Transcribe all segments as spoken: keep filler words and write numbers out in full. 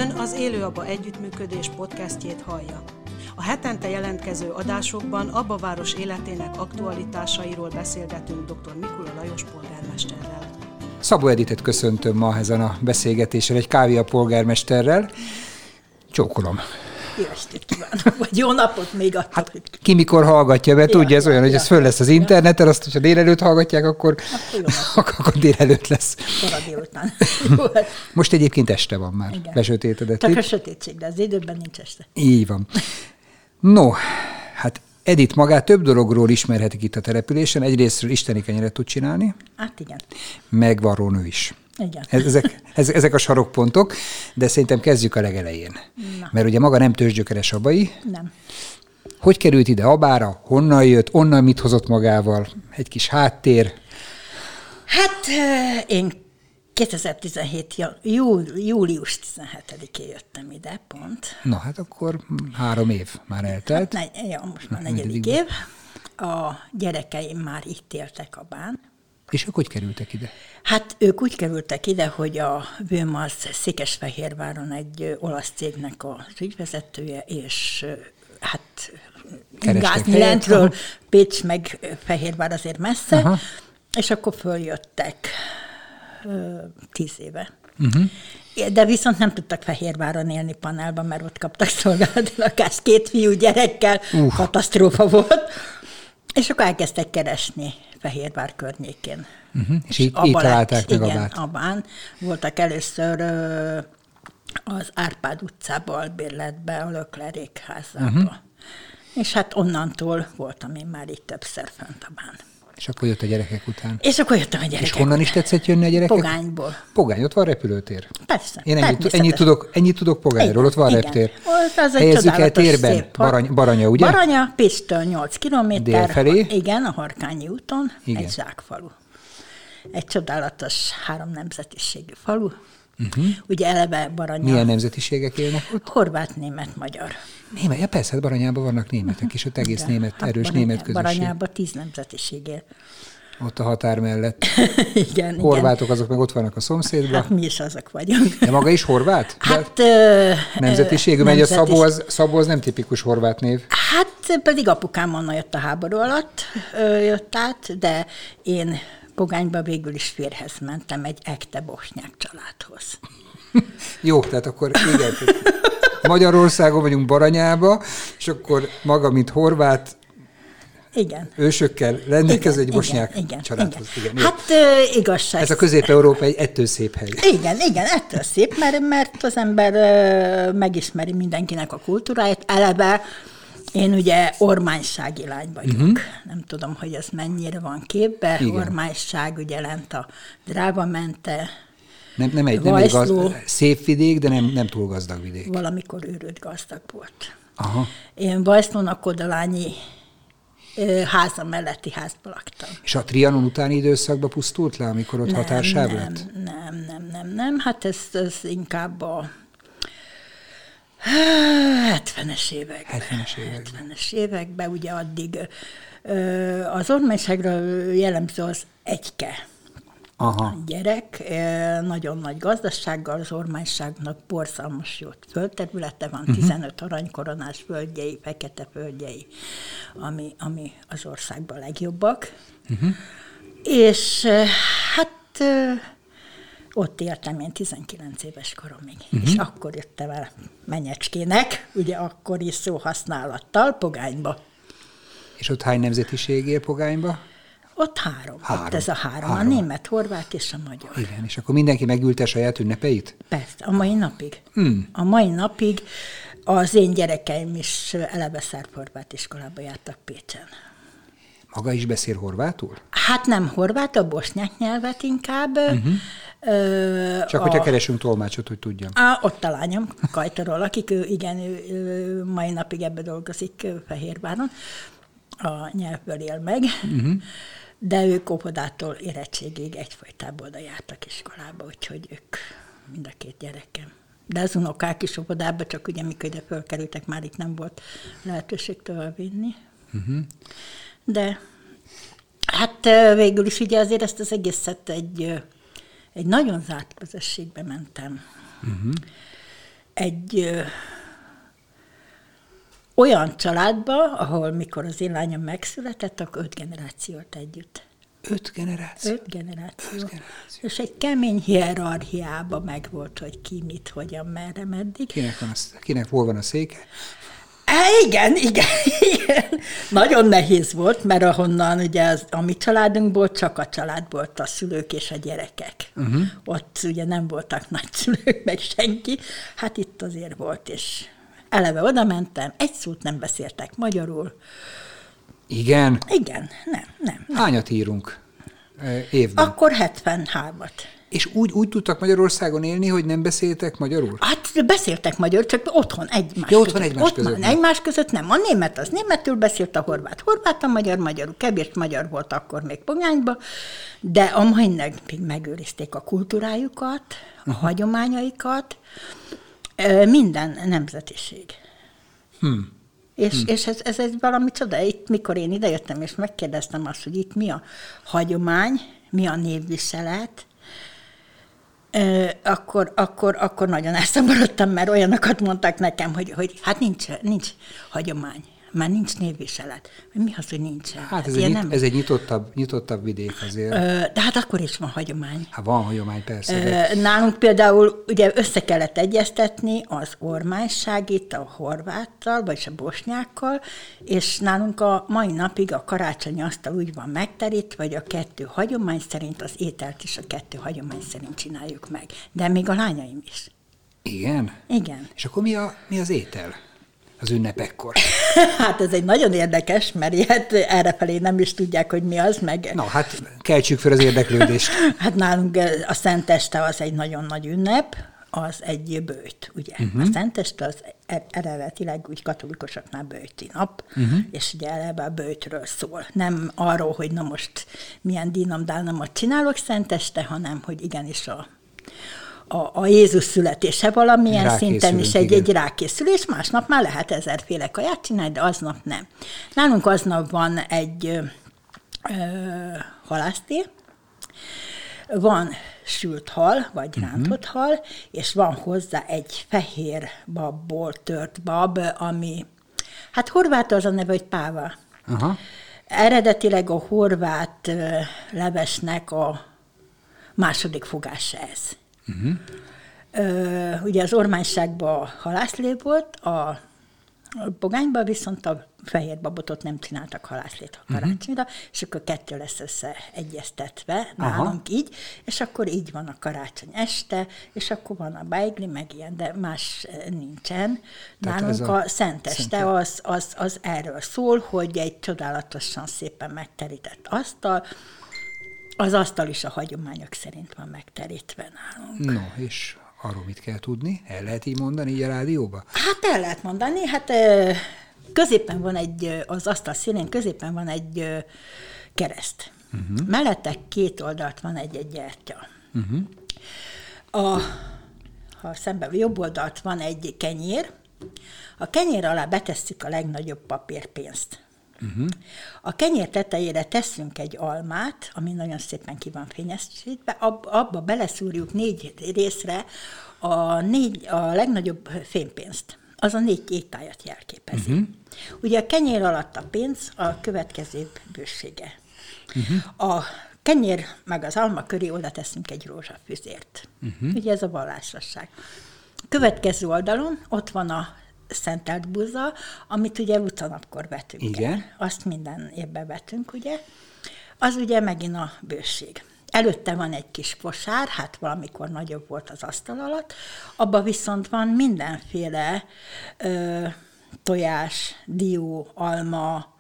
Ön az Élőaba Együttműködés podcastjét hallja. A hetente jelentkező adásokban Aba város életének aktualitásairól beszélgetünk dr. Mikula Lajos polgármesterrel. Szabó Editet köszöntöm ma ezen a beszélgetésen, egy kávé a polgármesterrel. Csókolom. Jó estét kívánok, vagy jó napot még attól. Hát ki mikor hallgatja, mert ja, tudja, ez ja, olyan, hogy ja, ez föl lesz az interneten, azt, hogyha délelőtt hallgatják, akkor, akkor, akkor délelőtt lesz. Kora délután. Most egyébként este van már, igen. Besötétedett. Csak a sötétség, de az időben nincs este. Így van. No, hát Edit magát több dologról ismerhetik itt a településen. Egyrésztről isteni kenyeret tud csinálni. Hát igen. Meg varrónő is. Igen. Ezek, ezek a sarokpontok, de szerintem kezdjük a legelején. Na. Mert ugye maga nem tőzsgyökeres abai. Nem. Hogy került ide Abára? Honnan jött? Onnan mit hozott magával? Egy kis háttér. Hát én kétezer-tizenhét jú, július tizenhetedikén jöttem ide, pont. Na hát akkor három év már eltelt. Hát, ne, ja, most már negyedik év. A gyerekeim már itt éltek Abán. És ők hogy kerültek ide? Hát ők úgy kerültek ide, hogy a Wilmars Székesfehérváron egy olasz cégnek az ügyvezetője, és hát ingázni lentről, Pécs meg Fehérvár azért messze, aha. És akkor följöttek ö, tíz éve. Uh-huh. De viszont nem tudtak Fehérváron élni panelban, mert ott kaptak szolgálati lakást két fiú gyerekkel, uh. katasztrófa volt. És akkor elkezdtek keresni Fehérvár környékén. Uh-huh. És így, így találták meg igen, Abát. Abán. Voltak először ö, az Árpád utcába, albérletbe, a Löklerék házába. Uh-huh. És hát onnantól voltam én már itt többször fönt Abán. És akkor jött a gyerekek után. És akkor jöttem a gyerekek És honnan is tetszett jönni a gyerekek? Pogányból. Pogány, ott van repülőtér. Persze. Én ennyit, ennyit, tudok, ennyit tudok Pogányról, ott van igen. reptér. Ott az egy helyezzük el térben, szép, Barany, Baranya, ugye? Baranya, Pécstől nyolc kilométer. Délfelé. Igen, a Harkányi úton, igen. Egy zsákfalu. Egy csodálatos három nemzetiségű falu. Uh-huh. Ugye eleve Baranya... Milyen nemzetiségek élnek ott? Horvát, német, magyar. Német, ja persze, Baranyában vannak németek, és ott egész igen. német, hát erős Baranya, német közösség. Baranyában tíz nemzetiség él. Ott a határ mellett. igen, horvátok igen. azok meg ott vannak a szomszédban. Hát mi is azok vagyunk. De maga is horvát? Hát... Ö, nemzetiségű, mert a Szabó az, Szabó az nem tipikus horvát név. Hát pedig apukám onnan jött a háború alatt, ö, jött át, de én Pogányba végül is férhez mentem egy ekte bosnyák családhoz. Jó, tehát akkor igen. Magyarországon vagyunk Baranyába, és akkor maga, mint horvát, igen. ősökkel rendelkező egy igen, bosnyák igen, igen, családhoz. Igen. Hát uh, igazság. Ez a Közép-Európa egy ettől szép hely. Igen, igen, ettől szép, mert, mert az ember uh, megismeri mindenkinek a kultúráját. Eleve én ugye ormánysági lány vagyok. Uh-huh. Nem tudom, hogy ez mennyire van képbe. Igen. Ormányság, ugye lent a Dráva-mente, Nem, nem egy, nem egy gazd, szép vidék, de nem, nem túl gazdag vidék. Valamikor őrült gazdag volt. Aha. Én Bajszlón a Kodolányi háza melletti házban laktam. És a Trianon utáni időszakban pusztult le, amikor ott nem, határsáv nem, lett? Nem, nem, nem, nem. Hát ez, ez inkább a hetvenes években. hetvenes években. hetvenes években, ugye addig az ormányságra jellemző az egyke. Aha. Gyerek, nagyon nagy gazdasággal, az ormányságnak borzalmas jó földterülete van, uh-huh. tizenöt aranykoronás földjei, fekete földjei, ami, ami az országban legjobbak. Uh-huh. És hát ott éltem én tizenkilenc éves koromig, uh-huh. és akkor jöttem el Menyecskének, ugye akkori szóhasználattal Pogányba. És ott hány nemzetiség él Pogányba? Ott három. három. Ott ez a három. három. A német, horvát és a magyar. Igen, és akkor mindenki megülte a saját ünnepeit? Persze, a mai napig. Mm. A mai napig az én gyerekeim is eleve szerb-horvát iskolába jártak Pécsen. Maga is beszél horvátul? Hát nem horvát, a bosnyák nyelvet inkább. Uh-huh. Ö, Csak a... hogyha keresünk tolmácsot, hogy tudjam. A, ott a lányom, Kajtaról, akik ő, igen, ő, ő mai napig ebbe dolgozik Fehérváron. A nyelvből él meg. Uh-huh. De ők óvodától érettségig egyfolytában oda jártak iskolába, úgyhogy ők mind a két gyerekem. De az unokák is óvodába, csak ugye mikor ide fölkerültek, már itt nem volt lehetőség tovább vinni. Uh-huh. De hát végül is ugye azért ezt az egészet egy, egy nagyon zárt közösségbe mentem. Uh-huh. egy ö, olyan családba, ahol mikor az én lányom megszületett, akkor öt generációt együtt. Öt generáció? Öt generáció. Öt generáció. És egy kemény hierarchiában megvolt, hogy ki mit, hogyan, merre, meddig. Kinek, van a, kinek hol van a széke? Há, igen, igen, igen. Nagyon nehéz volt, mert ahonnan ugye az, a mi családunkból csak a család volt, a szülők és a gyerekek. Uh-huh. Ott ugye nem voltak nagyszülők, meg senki. Hát itt azért volt, és eleve oda mentem, egy szót nem beszéltek magyarul. Igen? Igen, nem, nem. nem. Hányat írunk évben? Akkor hetvenhármat. És úgy, úgy tudtak Magyarországon élni, hogy nem beszéltek magyarul? Hát beszéltek magyarul, csak otthon egymás ja, között. otthon egymás ott között. Már, egymás között nem. A német az németül beszélt, a horvát horvát, a magyar magyarul. Kevés magyar volt akkor még Pogányban, de a mai napig megőrizték a kultúrájukat, a uh-huh. hagyományaikat, minden nemzetiség. Hmm. És, hmm. és ez, ez egy valami csoda. Itt, mikor én idejöttem, és megkérdeztem azt, hogy itt mi a hagyomány, mi a névviselet, Akkor, akkor, akkor nagyon elszomorodtam, mert olyanokat mondtak nekem, hogy, hogy hát nincs, nincs hagyomány, már nincs névviselet. Mi az, hogy nincsen? Hát ez, egy, nem... ez egy nyitottabb, nyitottabb vidék azért. De hát akkor is van hagyomány. Hát van hagyomány, persze. De... Nálunk például ugye össze kellett egyeztetni az ormányságit a horváttal, vagy a bosnyákkal, és nálunk a mai napig a karácsonyi asztal úgy van megterítve, vagy a kettő hagyomány szerint, az ételt is a kettő hagyomány szerint csináljuk meg. De még a lányaim is. Igen? Igen. És akkor mi, a, mi az étel az ünnepekkor? Hát ez egy nagyon érdekes, mert ilyet errefelé nem is tudják, hogy mi az, meg... Na, hát keltsük fel az érdeklődést. Hát nálunk a Szenteste az egy nagyon nagy ünnep, az egy böjt, ugye. Uh-huh. A Szenteste az eredetileg úgy katolikusoknál böjti nap, uh-huh. és ugye eleve a böjtről szól. Nem arról, hogy na most milyen dínom-dálnomot csinálok Szenteste, hanem hogy igenis a A, a Jézus születése valamilyen szinten is egy, egy rákészülés, másnap már lehet ezerféle kaját csinálni, de aznap nem. Nálunk aznap van egy ö, ö, halászté, van sült hal, vagy rántott uh-huh. hal, és van hozzá egy fehér babból tört bab, ami, hát horvát az a neve, hogy páva. Uh-huh. Eredetileg a horvát ö, levesnek a második fogása ez. Uh-huh. Ö, ugye az ormányságban halászlé volt, a Pogányban viszont a fehér babotot nem csináltak halászlét a karácsonyra, uh-huh. és akkor kettő lesz összeegyeztetve nálunk Aha. így, és akkor így van a karácsony este, és akkor van a beigli, meg ilyen, de más nincsen. Tehát nálunk a, a Szenteste az, az, az erről szól, hogy egy csodálatosan szépen megterített asztal, az asztal is a hagyományok szerint van megterítve nálunk. No, és arról mit kell tudni? El lehet így mondani így a rádióba? Hát el lehet mondani. Hát középen van egy, az asztal színén középen van egy kereszt. Uh-huh. Mellette két oldalt van egy-egy gyertya. Uh-huh. A, ha szemben jobb oldalt van egy kenyér. A kenyér alá betesszük a legnagyobb papírpénzt. Uh-huh. A kenyér tetejére teszünk egy almát, ami nagyon szépen ki van fényesítve, Ab, abba beleszúrjuk négy részre a, négy, a legnagyobb fénypénzt. Az a négy étájat jelképezi. Uh-huh. Ugye a kenyér alatt a pénz a következő bősége. Uh-huh. A kenyér meg az alma köré oda teszünk egy rózsafüzért. Uh-huh. Ugye ez a vallásosság. Következő oldalon ott van a szentelt búza, amit ugye utanapkor vetünk Igen. el. Azt minden évben vetünk, ugye. Az ugye megint a bőség. Előtte van egy kis kosár, hát valamikor nagyobb volt az asztal alatt, abban viszont van mindenféle ö, tojás, dió, alma,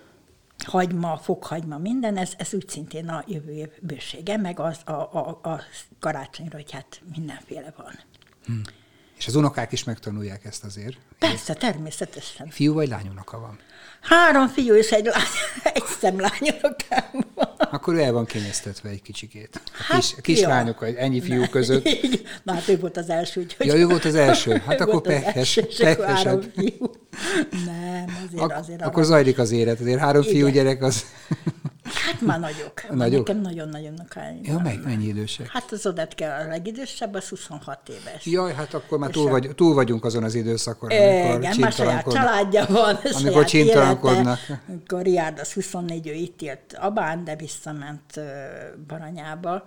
hagyma, fokhagyma, minden, ez, ez úgy szintén a jövő év bősége, meg az a, a, a karácsonyra, hogy hát mindenféle van. Hmm. És az unokák is megtanulják ezt azért? Persze, természetesen. Fiú vagy lányunoka van? Három fiú és egy, lány, egy szemlányunokám van. Akkor ő el van kényeztetve egy kicsikét. A hát kis, kislányok, ennyi fiú ne. között. Na hát ő volt az első. Úgyhogy ja, ő volt az első. Hát akkor pekhes. Három fiú. Nem, azért, Ak- azért. Akkor arra... zajlik az élet. Azért három Igen. fiú gyerek az... Hát már nagyok. Nagyok? Nekem nagyon-nagyon akár. Ja, meg mennyi idősek? Hát az Odetke a legidősebb, az huszonhat éves. Jaj, hát akkor már túl, vagy, túl vagyunk azon az időszakon, amikor igen, már saját családja van, amikor csintalankodnak. Amikor Riárd az huszonnégy, ő itt élt Abán, de visszament Baranyába.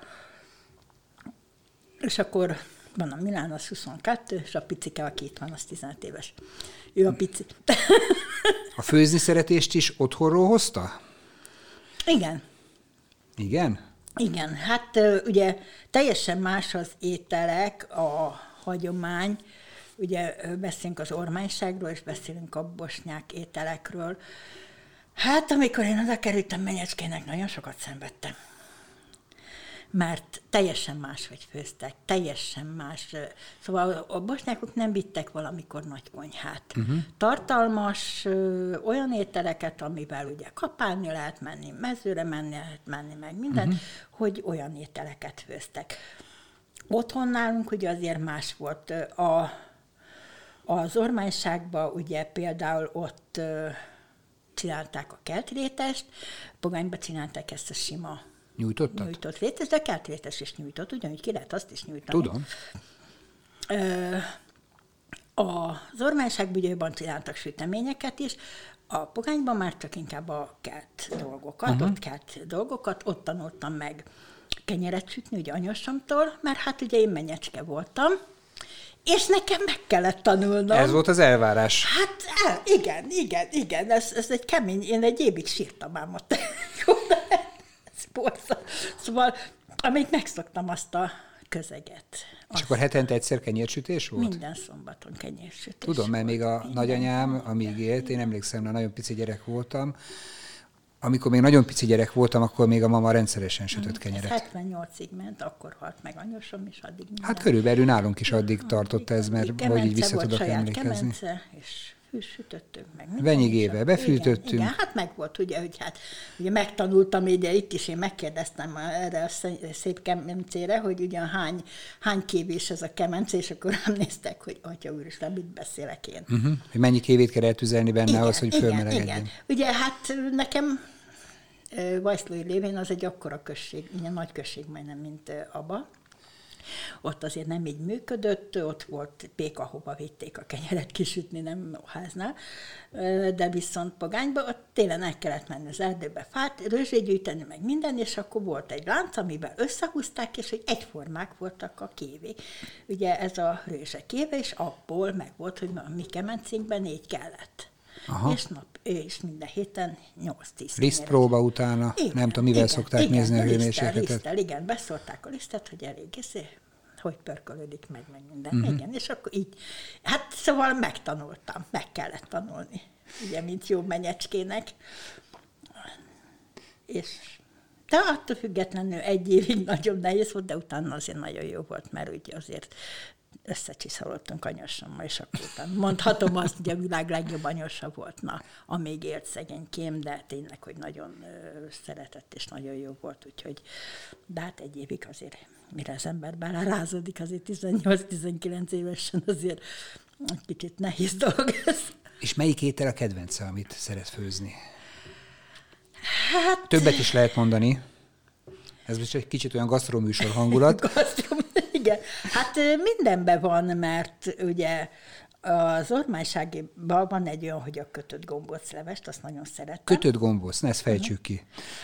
És akkor van a Milán, az huszonkettő, és a picike, aki itt van, az tizenöt éves. Ő a pici. A főzni szeretést is otthonról hozta? Igen. Igen? Igen, hát ugye teljesen más az ételek, a hagyomány, ugye beszélünk az ormányságról, és beszélünk a bosnyák ételekről. Hát amikor én oda kerültem Menyecskének, nagyon sokat szenvedtem. Mert teljesen máshogy főztek, teljesen más. Szóval a bosnyákok nem vittek valamikor nagy konyhát. Uh-huh. Tartalmas ö, olyan ételeket, amivel ugye kapálni lehet menni, mezőre menni lehet menni, meg minden, uh-huh. hogy olyan ételeket főztek. Otthon nálunk ugye azért más volt. A, az ormányságban ugye például ott ö, csinálták a keltrétest, Pogányban csinálták ezt a sima Nyújtottad? Nyújtott rétes, de keltrétes is nyújtott, ugyanúgy ki lehet azt is nyújtani. Tudom. Az ormányságban ugye jobban csináltak süteményeket is, a Pogányban már csak inkább a kelt dolgokat, uh-huh. ott kelt dolgokat, ott tanultam meg kenyeret sütni, ugye anyósomtól, mert hát ugye én menyecske voltam, és nekem meg kellett tanulnom. Ez volt az elvárás. Hát el, igen, igen, igen, ez, ez egy kemény, én egy évig sírtam ám ott. Szóval, amíg megszoktam azt a közeget. És azt akkor hetente egyszer kenyérsütés volt? Minden szombaton kenyérsütés. Tudom, mert még a minden. nagyanyám, amíg élt, én emlékszem, hogy nagyon pici gyerek voltam, amikor még nagyon pici gyerek voltam, akkor még a mama rendszeresen sütött kenyeret. Ez hetvennyolcig ment, akkor halt meg anyósom, és addig minden. Hát körülbelül nálunk is addig tartott ez, mert hogy így vissza tudok emlékezni. Kemence, és sütöttünk meg. Venyigével befűtöttünk. Igen, igen, hát meg volt, ugye, hogy hát ugye megtanultam, ugye itt is én megkérdeztem erre a szép kemencére, hogy ugye hány, hány kévés ez a kemence, és akkor rám néztek, hogy atya úristen, mit beszélek én. Uh-huh. Hogy mennyi kévét kell eltüzelni benne igen, ahhoz, hogy fölmelegedjen. Igen, ugye hát nekem Vajszlói lévén az egy akkora község, ilyen nagy község majdnem, mint Aba. Ott azért nem így működött, ott volt pék, ahova vitték a kenyeret kisütni, nem a háznál, de viszont Pogányban ott télen el kellett menni az erdőbe fát, rőzsét gyűjteni, meg minden, és akkor volt egy lánc, amiben összehúzták, és hogy egyformák voltak a kévék. Ugye ez a rőzse kéve, és abból meg volt, hogy a mi kemencénkben négy kellett. Aha. És nap, és minden héten nyolc-tíz lisztpróba utána, igen, nem tudom, mivel igen, szokták igen, nézni a hőmérsékletet. Liszttel, igen, beszórták a lisztet, hogy elég észé, hogy pörkölődik meg, meg minden. Uh-huh. Igen, és akkor így, hát szóval megtanultam, meg kellett tanulni, ugye, mint jó menyecskének. És de attól függetlenül egy évig nagyon nehéz volt, de utána azért nagyon jó volt, mert ugye azért összecsiszolottunk anyósommal, és akkor utána mondhatom azt, hogy a világ legjobb anyósa volt, na, amíg élt szegénykém, de tényleg, hogy nagyon ö, szeretett, és nagyon jó volt, úgyhogy, de hát egy évig azért, mire az ember belerázódik, azért tizennyolc-tizenkilenc évesen azért egy kicsit nehéz dolog ez. És melyik étel a kedvence, amit szeret főzni? Hát... Többet is lehet mondani. Ez most egy kicsit olyan gasztroműsor hangulat. Gasztrom, igen. Hát mindenben van, mert ugye az ormányságban van egy olyan, hogy a kötött gombóclevest, azt nagyon szeretem. Kötött gombóc, ne ezt fejtsük ki.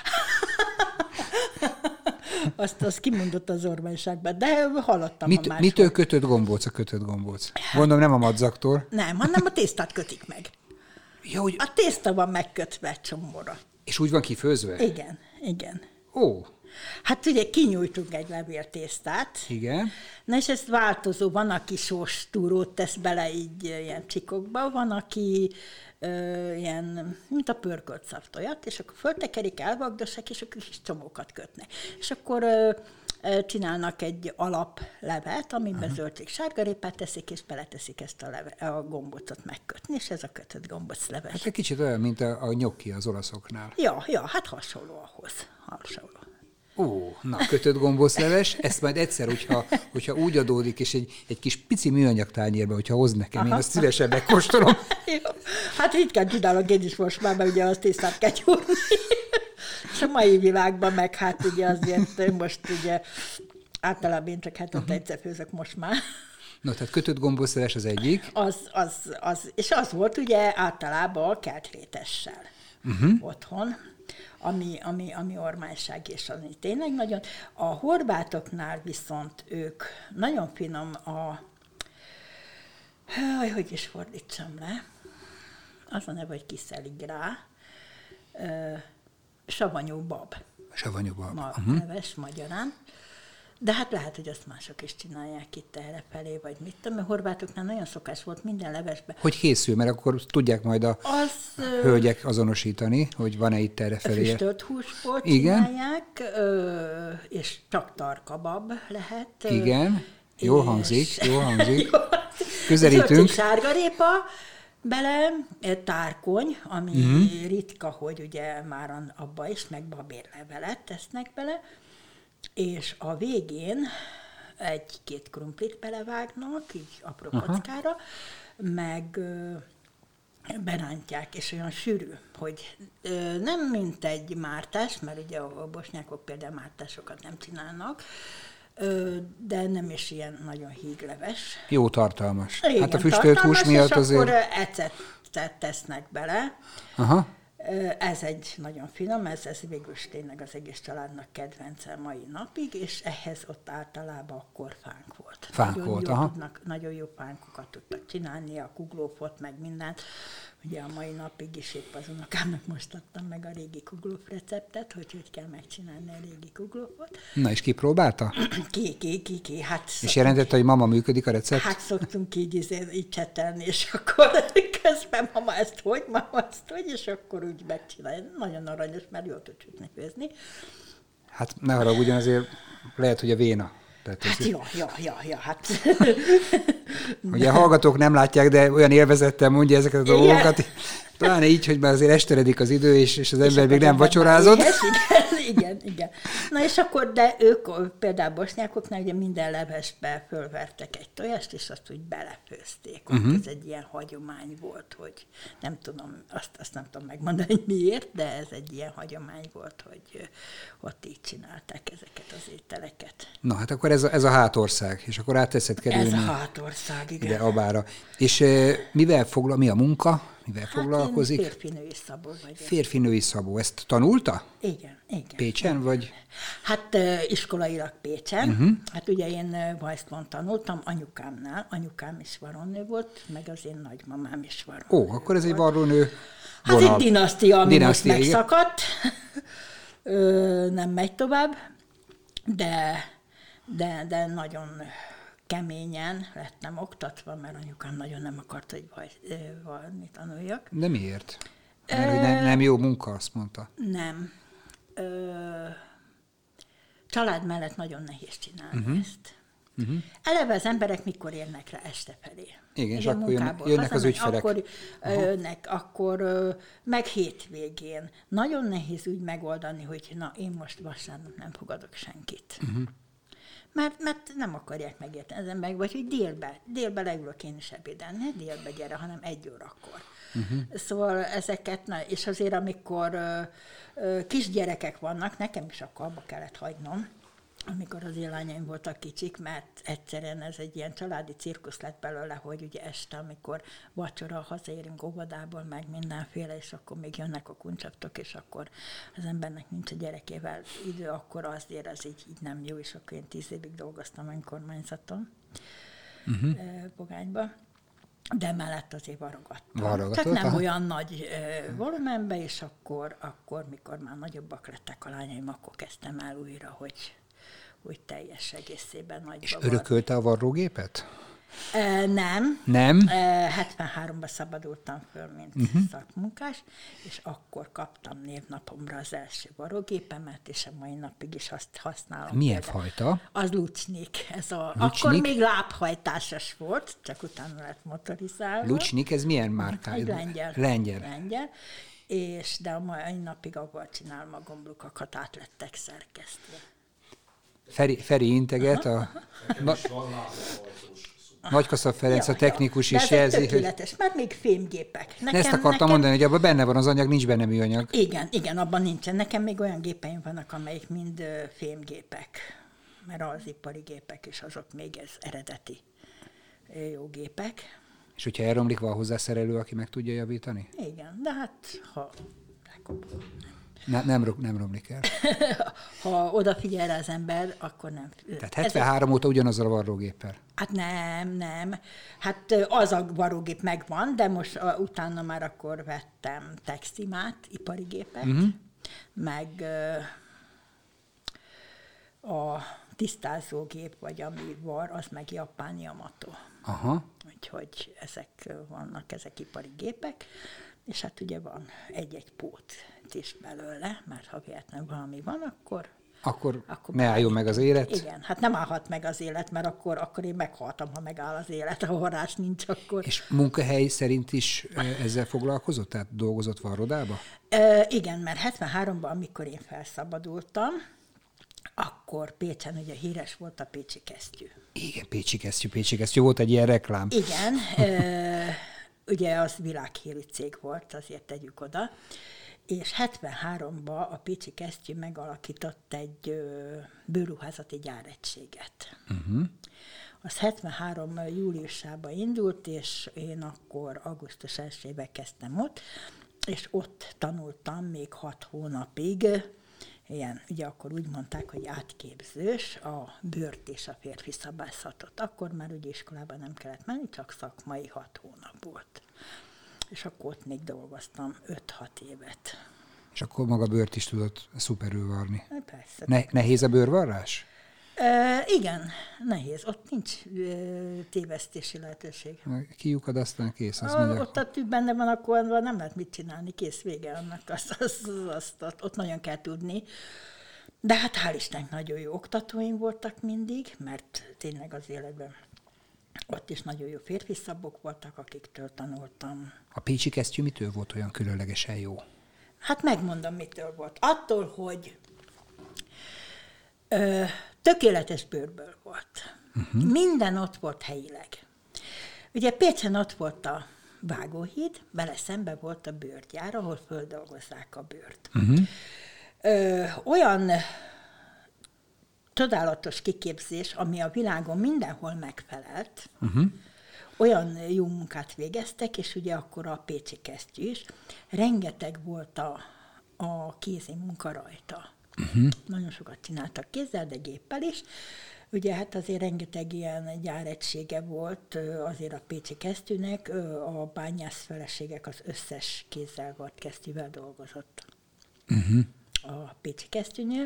azt, azt kimondott az ormányságban, de hallottam Mit, a máshol. Mitől kötött gombóc a kötött gombóc? Gondolom nem a madzaktól. Nem, hanem a tésztát kötik meg. Ja, hogy... A tészta van megkötve egy csomóra. És úgy van kifőzve? Igen, igen. Ó. Hát ugye kinyújtunk egy levéltésztát. Igen. Na és ez változó, van, aki sós túrót tesz bele így ilyen csikokba, van, aki ö, ilyen, mint a pörkölt szaftojat, és akkor föltekerik, elvagdossák, és akkor kis csomókat kötnek. És akkor ö, ö, csinálnak egy alaplevet, amiben uh-huh. zöldség sárgarépát teszik, és beleteszik ezt a, leve, a gombócot megkötni, és ez a kötött gombócleves. Hát egy kicsit olyan, mint a, a nyokki az olaszoknál. Ja, ja, hát hasonló ahhoz. Hasonló. Ó, na, kötött gombócleves, ezt majd egyszer, hogyha, hogyha úgy adódik, és egy, egy kis pici műanyag tányérba, hogyha hoz nekem, aha, én azt szívesen megkóstolom. Hát ritkán csinálok én is most már, mert ugye azt tésztát kell gyúrni. És a mai világban meg hát ugye azért most ugye általában én csak hetente uh-huh. egyszer főzök most már. No, tehát kötött gombószeleses az egyik. Az, az, az, és az volt ugye általában keltrétessel uh-huh. otthon, ami, ami, ami ormányság, és az tényleg nagyon. A horvátoknál viszont ők nagyon finom a, hogy is fordítsam le, az a neve, hogy kiszeligrá, savanyú bab. Savanyú bab. Ma, uh-huh. neves magyarán. De hát lehet, hogy azt mások is csinálják itt errefelé, vagy mit tudom, mert horvátoknál nagyon szokás volt minden levesbe. Hogy készül, mert akkor tudják majd a az, hölgyek azonosítani, hogy van-e itt errefelé. Füstölt húsból csinálják, és csak tarkabab lehet. Igen, jól és... hangzik, jól hangzik. Közelítünk. Sárgarépa bele, tárkony, ami uh-huh. ritka, hogy ugye már abba is, meg babérlevelet tesznek bele, és a végén egy-két krumplit belevágnak, így apró kockára, meg ö, berántják, és olyan sűrű, hogy ö, nem mint egy mártás, mert ugye a bosnyákok például mártásokat nem csinálnak, ö, de nem is ilyen nagyon hígleves. Jó tartalmas. Igen, hát a füstölt hús miatt és azért... akkor ecetet tesznek bele. Aha. Ez egy nagyon finom, ez, ez végül is tényleg az egész családnak kedvence mai napig, és ehhez ott általában akkor fánk volt. Fánk nagyon volt, jó aha. Tudnak, nagyon jó fánkokat tudtak csinálni, a kuglófot, meg mindent. Ugye a mai napig is épp az unokámnak most adtam meg a régi kuglóf receptet, hogy hogy kell megcsinálni a régi kuglófot. Na, és kipróbálta? Ki, ki, ki, ki. Hát és jelentette, hogy mama működik a recept? Hát szoktunk így, így, így csetelni, és akkor közben mama ezt hogy, mama ezt hogy, és akkor úgy megcsinálja. Nagyon aranyos, mert jól tud sütni, főzni. Hát ne haragudjon, azért lehet, hogy a véna. Tehát hát jó, jó, jó, jó, hát... Ugye a hallgatók nem látják, de olyan élvezettel mondja ezeket a dolgokat. Pláne így, hogy már azért esteredik az idő, és, és az és ember még nem vacsorázott. Éhes, igen, igen, igen. Na és akkor, de ők például bosnyákoknál ugye minden levesbe fölvertek egy tojást, és azt úgy belefőzték. Uh-huh. Ez egy ilyen hagyomány volt, hogy nem tudom, azt, azt nem tudom megmondani, hogy miért, de ez egy ilyen hagyomány volt, hogy ott így csinálták ezeket az ételeket. Na hát akkor ez a, ez a hátország, és akkor átteszed kerülni. Ez a hátország, igen. Ide Abára. És e, mivel foglal, mi a munka? Mivel hát foglalkozik? Én férfinői szabó vagyok. Férfinői szabó. Ezt tanulta? Igen, igen. Pécsen, vagy? Hát iskolailag Pécsen. Uh-huh. Hát ugye én Vajszlón tanultam anyukámnál. Anyukám is varrónő volt, meg az én nagymamám is varrónő. Ó, akkor ez egy varrónő vonal. Hát egy dinasztia, ami dinasztia, most megszakadt. Ö, nem megy tovább, de, de, de nagyon... keményen lettem oktatva, mert anyukám nagyon nem akart, hogy valami tanuljak. De miért? Mert hogy nem, nem jó munka, azt mondta. Nem. Ö, család mellett nagyon nehéz csinálni uh-huh. ezt. Uh-huh. Eleve az emberek mikor érnek rá este felé. Igen, és akkor jönnek, jönnek az ügyfelek. Akkor jönnek, akkor meg hétvégén. Nagyon nehéz úgy megoldani, hogy na, én most vasárnap nem fogadok senkit. Uh-huh. Mert, mert nem akarják megérteni az emberek, vagy hogy délbe, délbe leülök én is ebédelni, ne délbe gyere, hanem egy órakor. Uh-huh. Szóval ezeket, na, és azért amikor ö, ö, kisgyerekek vannak, nekem is akkor abba kellett hagynom, amikor az én lányaim voltak kicsik, mert egyszerűen ez egy ilyen családi cirkusz lett belőle, hogy ugye este, amikor vacsora, hazaérünk óvodából, meg mindenféle, és akkor még jönnek a kuncsaptok, és akkor az embernek nincs a gyerekével idő, akkor azért ez így, így nem jó, és akkor én tíz évig dolgoztam önkormányzaton, uh-huh. Pogányba. De mellett azért varogattam. Varogatott, Csak nem aha. olyan nagy uh, volumenbe, és akkor, akkor, mikor már nagyobbak lettek a lányaim, akkor kezdtem el újra, hogy úgy teljes egészében nagyba. És örökölte a varrógépet? E, nem. Nem? E, hetvenháromban szabadultam föl, mint uh-huh. szakmunkás, és akkor kaptam névnapomra az első varrógépemet, és a mai napig is azt használom. Milyen például. Fajta? Az Lucsnik. Ez a, Lucsnik? Akkor még lábhajtásos volt, csak utána lett motorizálva. Lucsnik, ez milyen márkája? Egy lengyel. Lengyel. Lengyel. És, de a mai napig abban csinálom a gomblukakat, át lettek szerkesztve. Feri, Feri integet a... Nekem is van lábhajtós Nagykaszab Ferenc, ja, a technikus ja. is jelzi, hogy... tökéletes, mert még fémgépek. Nekem, ezt akartam nekem... mondani, hogy abban benne van az anyag, nincs benne műanyag. Igen, igen, abban nincsen. Nekem még olyan gépeim vannak, amelyik mind fémgépek, mert az ipari gépek is azok még ez eredeti jó gépek. És hogyha elromlik, van hozzá szerelő, aki meg tudja javítani? Igen, de hát ha... Ne, nem, nem romlik el. Ha odafigyel rá az ember, akkor nem. Tehát hetvenhárom Ez... óta ugyanazzal a varrógéppel? Hát nem, nem. Hát az a varrógép megvan, de most uh, utána már akkor vettem Textimát, ipari gépet, uh-huh. meg uh, a tisztázógép, vagy ami var, az meg japán Yamato. Aha. Úgyhogy ezek vannak, ezek ipari gépek, és hát ugye van egy-egy pót is belőle, mert ha véletlenül valami van, akkor... Akkor, akkor ne álljon meg az élet? Igen, hát nem állhat meg az élet, mert akkor, akkor én meghaltam, ha megáll az élet, ha varázs nincs, akkor... És munkahely szerint is ezzel foglalkozott? Tehát dolgozott varrodába? E, igen, mert hetvenháromban, amikor én felszabadultam, akkor Pécsen ugye híres volt a Pécsi Kesztyű. Igen, Pécsi Kesztyű, Pécsi Kesztyű, volt egy ilyen reklám. Igen, e, ugye az világhírű cég volt, azért tegyük oda, és hetvenháromban a Pécsi Kesztyű megalakított egy ö, bőrruházati gyáregységet. Uh-huh. Az hetvenhárom júliusában indult, és én akkor augusztus elsejében kezdtem ott, és ott tanultam még hat hónapig, ilyen, ugye akkor úgy mondták, hogy átképzős, a bőrt és a férfi szabászatot. Akkor már ugye iskolában nem kellett menni, csak szakmai hat hónap volt. És akkor ott még dolgoztam öt-hat évet. És akkor maga bőrt is tudott szuperül varni? Persze. Ne, nehéz a bőrvarrás? E, igen, nehéz. Ott nincs e, tévesztési lehetőség. Kiukad, aztán kész. Az a, ott a tűz benne van, akkor nem lehet mit csinálni, kész, vége annak. Azt, azt, azt, azt, ott nagyon kell tudni. De hát hál' Istennek nagyon jó oktatóim voltak mindig, mert tényleg az életben ott is nagyon jó férfi szabok voltak, akiktől tanultam. A Pécsi Kesztyű mitől volt olyan különlegesen jó? Hát megmondom, mitől volt. Attól, hogy ö, tökéletes bőrből volt. Uh-huh. Minden ott volt helyileg. Ugye Pécsen ott volt a Vágóhíd, bele szembe volt a bőrgyár, ahol földolgozzák a bőrt. Uh-huh. Ö, olyan csodálatos kiképzés, ami a világon mindenhol megfelelt, uh-huh. olyan jó munkát végeztek, és ugye akkor a Pécsi Kesztyű is, rengeteg volt a, a kézi munka rajta. Uh-huh. Nagyon sokat csináltak kézzel, de géppel is. Ugye hát azért rengeteg ilyen gyáregysége volt azért a Pécsi Kesztyűnek, a bányász feleségek az összes kézzel vart kesztyűvel dolgozott uh-huh. a Pécsi Kesztyűnél.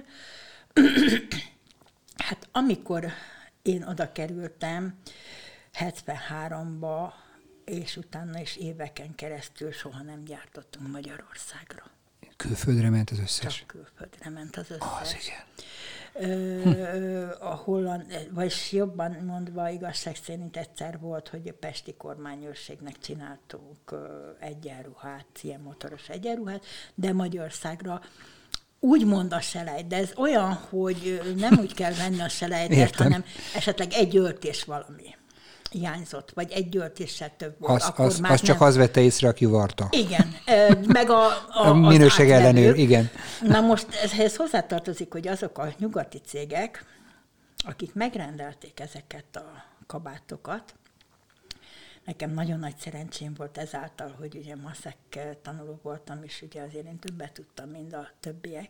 Hát amikor én oda kerültem hetvenháromba, és utána is éveken keresztül soha nem gyártottunk Magyarországra. Külföldre ment az összes? Csak külföldre ment az összes. Az igen. Ö, a holland, vagyis jobban mondva igazság szerint egyszer volt, hogy a pesti kormányőrségnek csináltunk egyenruhát, ilyen motoros egyenruhát, de Magyarországra úgymond a selejt, de ez olyan, hogy nem úgy kell venni a selejtet, Értem. hanem esetleg egy öltés valami hiányzott, vagy egy öltéssel több volt. Az, akkor az, már az csak nem... az vette észre, aki varta. Igen, meg a, a, a minőség ellenőr, igen. Na most ehhez hozzátartozik, hogy azok a nyugati cégek, akik megrendelték ezeket a kabátokat, nekem nagyon nagy szerencsém volt ezáltal, hogy ugye maszek tanuló voltam, és ugye azért én többet tudtam, mint a többiek.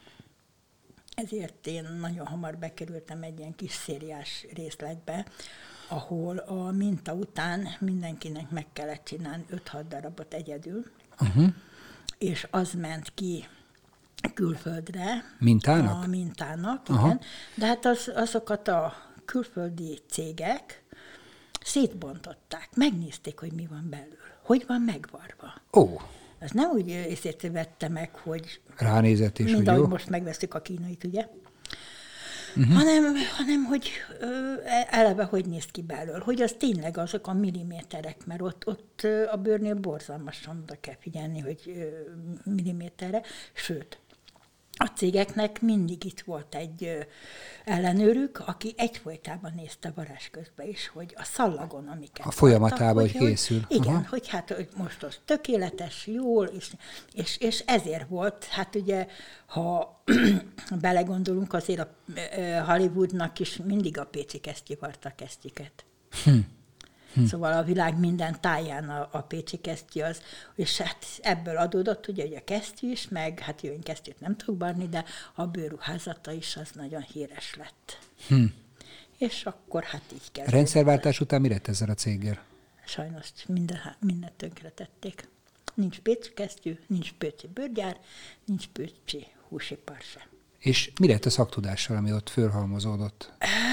Ezért én nagyon hamar bekerültem egy ilyen kis szériás részletbe, ahol a minta után mindenkinek meg kellett csinálni öt-hat darabot egyedül, uh-huh. és az ment ki külföldre. Mintának? A mintának, igen. Uh-huh. De hát az, azokat a külföldi cégek szétbontották, megnézték, hogy mi van belül, hogy van megvarva. Ó. Oh. Az nem úgy észét vette meg, hogy ránézett is, mint hogy ahogy jó. most megveszük a kínait, ugye? Uh-huh. Hanem, hanem, hogy ö, eleve hogy néz ki belőle, hogy az tényleg azok a milliméterek, mert ott, ott a bőrnél borzalmasan oda kell figyelni, hogy ö, milliméterre, sőt, a cégeknek mindig itt volt egy ellenőrük, aki egyfolytában nézte varázs közben is, hogy a szallagon, amiket a folyamatában, hogy készül. Hogy, igen, Aha. hogy hát hogy most az tökéletes, jól, és, és, és ezért volt, hát ugye, ha belegondolunk, azért a Hollywoodnak is mindig a pécsi kesztyű varta kesztyüket. Hm. Hm. Szóval a világ minden táján a, a pécsi kesztyű az, és hát ebből adódott, ugye, hogy a kesztyű is, meg hát jó, én kesztyűt nem tudok barni, de a bőrruházata is az nagyon híres lett. Hm. És akkor hát így kezdődött. A rendszerváltás után mi lett ezzel a céggel? Sajnos minden, mindent tönkretették. Nincs pécsi kesztyű, nincs pécsi bőrgyár, nincs pécsi húsipar sem. És mi lett a szaktudással, ami ott fölhalmozódott?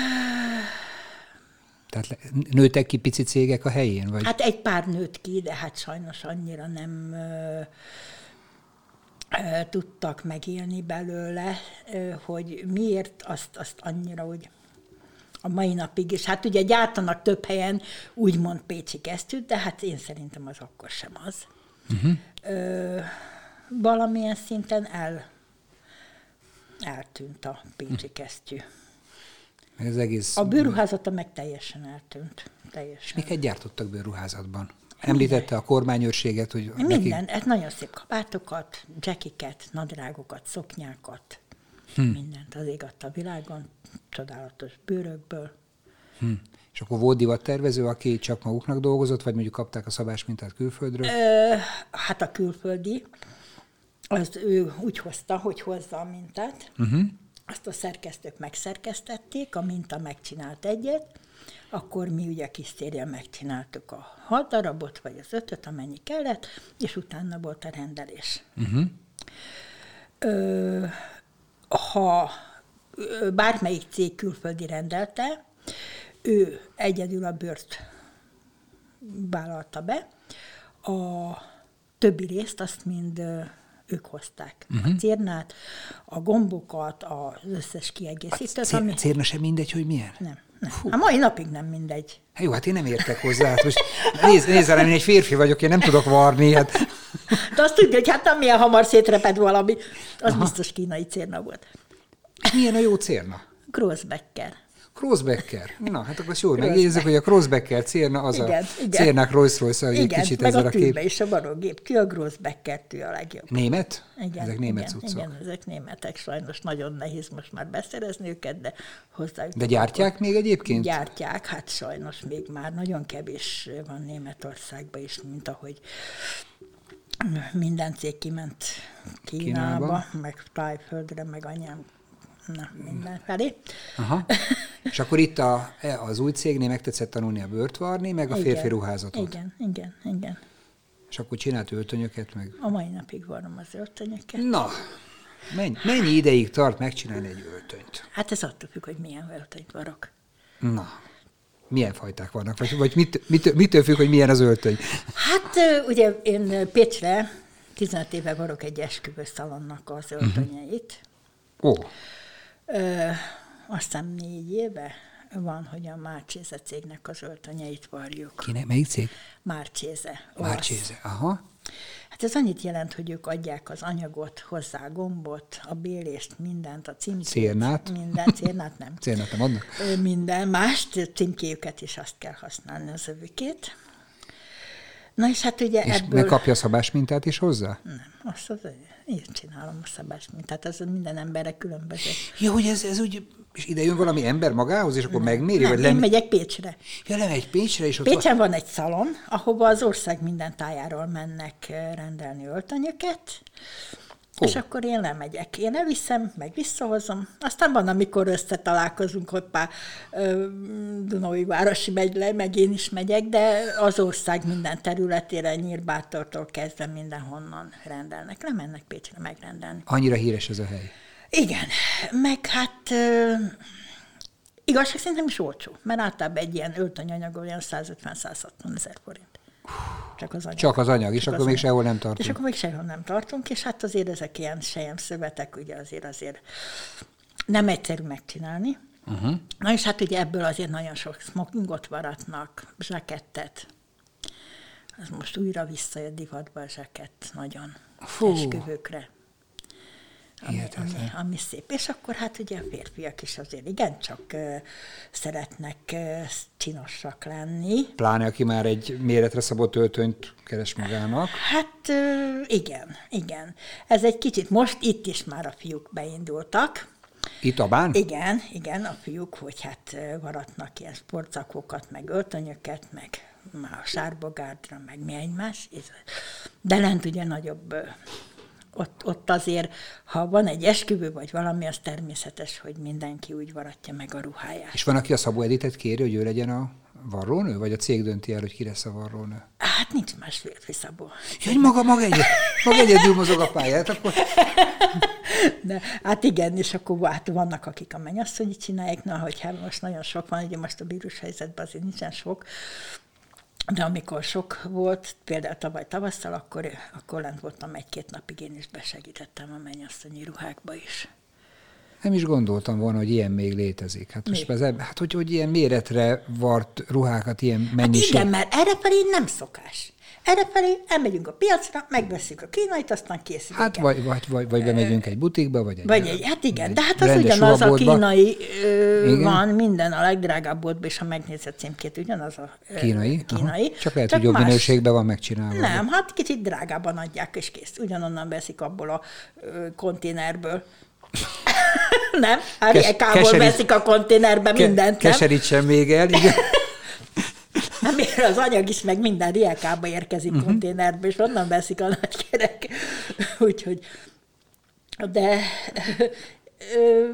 Tehát nőttek ki pici cégek a helyén? Vagy? Hát egy pár nőtt ki, de hát sajnos annyira nem ö, ö, tudtak megélni belőle, ö, hogy miért azt, azt annyira, hogy a mai napig is. Hát ugye gyártanak több helyen úgymond pécsi kesztyűt, de hát én szerintem az akkor sem az. Uh-huh. Ö, valamilyen szinten el, eltűnt a pécsi kesztyű. Ez egész... A bőrruházata meg teljesen eltűnt. Teljesen. És miket gyártottak bőrruházatban? Említette minden. A kormányőrséget, hogy... Minden, neki... hát nagyon szép kabátokat, jackiket, nadrágokat, szoknyákat, hm. mindent az ég adta a világon, csodálatos bőrökből. Hm. És akkor volt divattervező, aki csak maguknak dolgozott, vagy mondjuk kapták a szabásmintát külföldről? Ö, hát a külföldi, az ő úgy hozta, hogy hozza a mintát, uh-huh. Azt a szerkesztők megszerkesztették, a minta megcsinált egyet, akkor mi ugye kis szérián megcsináltuk a hat darabot, vagy az ötöt, amennyi kellett, és utána volt a rendelés. Uh-huh. Ö, ha bármelyik cég külföldi rendelte, ő egyedül a bőrt vállalta be, a többi részt azt mind ők hozták. Uh-huh. A cérnát, a gombokat, az összes kiegészítőt. A cér, ami... cérna sem mindegy, hogy milyen? Nem. nem. A mai napig nem mindegy. Hát jó, hát én nem értek hozzá. Hát most nézd, nézd rám, én egy férfi vagyok, én nem tudok varni. Hát... De azt tudja, hogy hát amilyen hamar szétreped valami, az Aha. biztos kínai cérna volt. És milyen a jó cérna? Grossbecker. Grossbecker. Na, hát akkor jól megjegyezzük, hogy a Grossbecker cérna az igen, a igen. cérnák Rolls-Royce, hogy egy kicsit meg ezzel a a kép. és a barógép tű, a Grossbecker tű a legjobb. Német? Igen, ezek német igen, cuccok. igen, ezek németek, sajnos nagyon nehéz most már beszerezni őket, de hozzájuk. De gyártják akkor. Még egyébként? Gyártják, hát sajnos még már nagyon kevés van Németországban is, mint ahogy minden cég kiment Kínába, Kínába. Meg Tájföldre, meg anyám. Na, mindenfelé. Aha. És akkor itt a, az új cégnél megtetszett tanulni a bőrt varni, meg a igen, férfi ruházatot. Igen, igen, igen. És akkor csinált öltönyöket meg? A mai napig varom az öltönyöket. Na, mennyi, mennyi ideig tart megcsinálni egy öltönyt? Hát ez attól függ, hogy milyen öltönyt varok. Na, milyen fajták vannak? Vagy, vagy mit, mit, mitől függ, hogy milyen az öltöny? Hát ugye én Pécsre tizenöt éve varok egy esküvőszalonnak az öltönyeit. Ó. Oh. Ö, aztán négy éve van, hogy a Márcséze cégnek az öltönyeit varjuk. Kinek? Melyik cég? Márcséze. Márcséze, aha. Hát ez annyit jelent, hogy ők adják az anyagot, hozzá a gombot, a bélést, mindent, a címkét. Cérnát? Minden, cérnát nem. Cérnát nem adnak? Minden mást, címkéjüket is azt kell használni, az övükét. Na és hát ugye és ebből... ne kapja a szabásmintát is hozzá? Nem, azt az, én csinálom a szabásmintát, az minden emberre különböző. Jó, hogy ez, ez úgy, és ide jön valami ember magához, és akkor nem, megméri? Nem, vagy én lem... megyek Pécsre. Ja, lemegy Pécsre, és ott... Pécsen van egy szalon, ahova az ország minden tájáról mennek rendelni öltönyöket, oh. és akkor én lemegyek. Én elviszem, meg visszahozom. Aztán van, amikor összetalálkozunk, hoppá, Dunaújvárosi megy le, meg én is megyek, de az ország minden területére, Nyírbátortól kezdve mindenhonnan rendelnek. Lemennek Pécsre megrendelni. Annyira híres ez a hely. Igen, meg hát uh, igazság szerint nem is olcsó, mert általában egy ilyen öltönyanyag olyan százötven-százhatvan ezer forint. Csak az anyag. Csak az anyag, és Csak akkor még sehol nem tartunk. És akkor még sehol nem tartunk, és hát azért ezek ilyen selyemszövetek, ugye azért azért nem egyszerű megcsinálni. Uh-huh. Na és hát ugye ebből azért nagyon sok smokingot varatnak, zsakettet. Az most újra visszajött divatba a zsakett nagyon. Fú. Esküvőkre. ami, ami, ami szép. És akkor hát ugye a férfiak is azért igencsak uh, szeretnek uh, csinosak lenni. Pláne, aki már egy méretre szabott öltönyt keres magának. Hát uh, igen, igen. Ez egy kicsit, most itt is már a fiúk beindultak. Itt Abán? Igen, igen, a fiúk, hogy hát varatnak ilyen sportszakókat, meg öltönyöket, meg már a sárbogárdra, meg mi egymás. De lent ugye nagyobb, ott, ott azért, ha van egy esküvő, vagy valami, az természetes, hogy mindenki úgy varatja meg a ruháját. És van, aki a Szabó Editet kéri, hogy ő legyen a varrónő, vagy a cég dönti el, hogy ki lesz a varrónő? Hát nincs más férfi Szabó. Ja, hogy maga, maga, egyed, maga egyedül mozog a pályát, akkor... De, hát igen, és akkor hát vannak, akik a mennyasszonyi csinálják, na, hogy hát most nagyon sok van, ugye most a vírus helyzetben azért nincsen sok, de amikor sok volt, például tavaly tavasszal, akkor, akkor lent voltam egy-két napig, én is besegítettem a mennyasszonyi ruhákba is. Nem is gondoltam volna, hogy ilyen még létezik. Hát, most ez, hát hogy, hogy ilyen méretre vart ruhákat, ilyen mennyiség. Hát igen, mert errefelé nem szokás. Errefelé elmegyünk a piacra, megveszünk a kínait, aztán készítjük. Hát vagy, vagy, vagy, vagy bemegyünk egy butikba, vagy egy... Vagy egy, hát igen, de hát az ugyanaz a kínai ö, van, minden a legdrágább boltban, és ha megnézed címkét, ugyanaz a ö, kínai. kínai. Csak lehet, Csak hogy jobb más... minőségben van megcsinálva. Nem, hát kicsit drágában adják, és kész. Ugyanonnan veszik abból a ö, konténerből. Nem? A Riekából veszik a konténerbe mindent, Ke- Keserítsen még el, igen. Mert az anyag is meg minden Riekába érkezik uh-huh. konténerbe, és onnan veszik a nagykerek. Úgyhogy, de ö,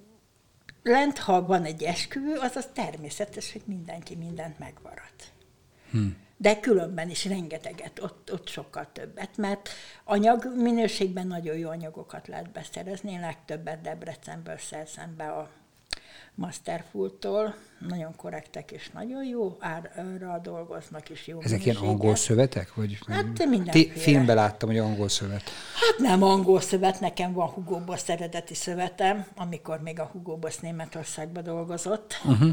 lent, ha van egy esküvő, az az természetes, hogy mindenki mindent megvarat. Hmm. De különben is rengeteget, ott, ott sokkal többet, mert anyag minőségben nagyon jó anyagokat lehet beszerezni. Én legtöbbet Debrecenből szerzem be a Masterfull-tól, nagyon korrektek és nagyon jó árra dolgoznak, és jó Ezek ilyen angol szövetek? Vagy hát mindenféle. Filmben láttam, hogy angol szövet. Hát nem angol szövet, nekem van Hugo Boss eredeti szövetem, amikor még a Hugo Boss Németországban dolgozott. Uh-huh.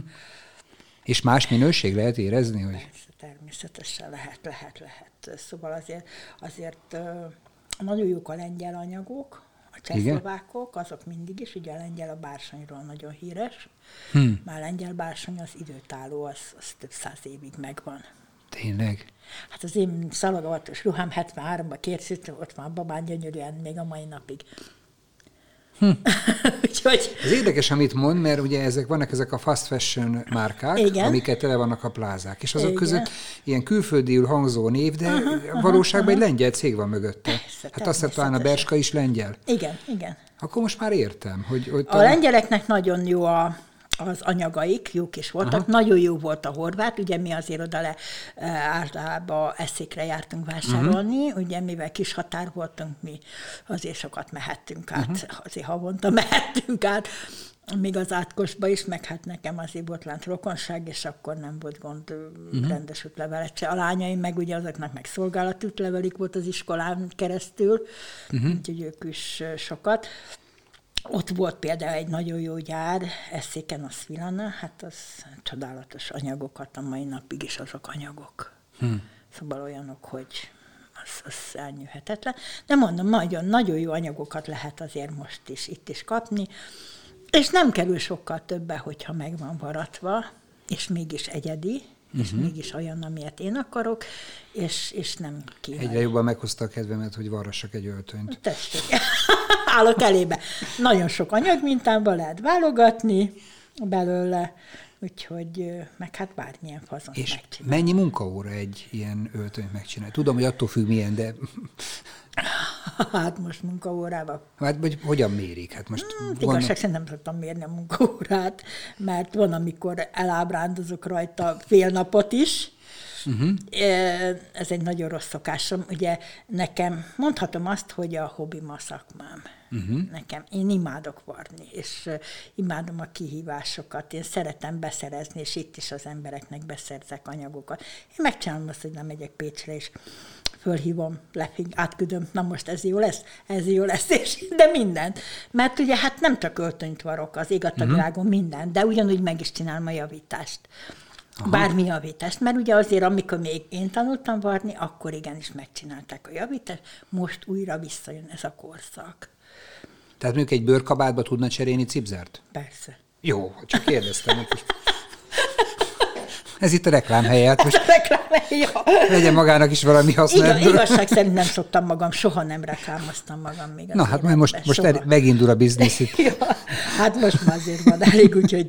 És más minőség lehet érezni? Hogy... Persze, természetesen lehet, lehet, lehet. Szóval azért, azért nagyon jók a lengyel anyagok, a csehszlovákok, azok mindig is, ugye a lengyel a bársonyról nagyon híres. Hmm. Már lengyel bársony az időtálló, az, az több száz évig megvan. Tényleg? Hát az én szaladovatos ruhám hetvenháromban készült, ott van a babán gyönyörűen még a mai napig. Hm. Úgyhogy... Ez érdekes, amit mond, mert ugye ezek vannak ezek a fast fashion márkák, igen, amiket tele vannak a plázák, és azok igen, között ilyen külföldiül hangzó név, de aha, valóságban aha, egy lengyel cég van mögötte. Persze, hát azt talán a Bershka is lengyel. Igen, igen. Akkor most már értem, hogy... hogy a talán... lengyeleknek nagyon jó a az anyagaik, jók is voltak. Aha. Nagyon jó volt a horvát, ugye mi azért oda le általában eszékre jártunk vásárolni, uh-huh, ugye mivel kis határ voltunk, mi azért sokat mehettünk át, uh-huh, azért havonta mehettünk át, még az Átkosba is, meg hát nekem azért volt lent rokonság, és akkor nem volt gond uh-huh, rendes útlevelet se. A lányaim meg ugye azoknak meg szolgálati útlevelik volt az iskolán keresztül, uh-huh, úgyhogy ők is sokat. Ott volt például egy nagyon jó gyár, Eszéken a Svilana, hát az csodálatos anyagokat, a mai napig is azok anyagok. Hmm. Szóval olyanok, hogy az, az elnyűhetetlen. De mondom, nagyon, nagyon jó anyagokat lehet azért most is itt is kapni, és nem kerül sokkal többe, hogyha meg van varatva, és mégis egyedi, és uh-huh, mégis olyan, amilyet én akarok, és, és nem kínai. Egyre jobban meghozta a kedvemet, hogy varrassak egy öltönyt. Tessék, állok elébe. Nagyon sok anyagmintában lehet válogatni belőle, úgyhogy meg hát bármilyen fazont és megcsinálni. Mennyi munkaóra egy ilyen öltönyt megcsinálni? Tudom, hogy attól függ milyen, de... Hát most munkaórában. Hát vagy hogyan mérik? Hát most hmm, igazság szerint nem szoktam mérni a munkaórát, mert van, amikor elábrándozok rajta fél napot is. Uh-huh. Ez egy nagyon rossz szokásom. Ugye nekem, mondhatom azt, hogy a hobbim a szakmám. Uh-huh. Nekem, én imádok varni, és imádom a kihívásokat. Én szeretem beszerezni, és itt is az embereknek beszerzek anyagokat. Én megcsinálom azt, hogy nem megyek Pécsre, és fölhívom, lefing, átküldöm, na most ez jó lesz, ez jó lesz, és de mindent. Mert ugye hát nem csak öltönyt varok az ég a világon, uh-huh, mindent, de ugyanúgy meg is csinálom a javítást. Aha. Bármi javítást, mert ugye azért, amikor még én tanultam varni, akkor igenis megcsinálták a javítást, most újra visszajön ez a korszak. Tehát mondjuk egy bőrkabátba tudna cserélni cipzert? Persze. Jó, csak kérdeztem. Ez itt a reklámhelye. Hát most legyen magának is valami haszna. Igaz, igazság szerint nem szoktam magam, soha nem reklámoztam magam még. Na hát majd most, most er, megindul a biznisz itt. Ja, hát most már azért van elég, úgyhogy,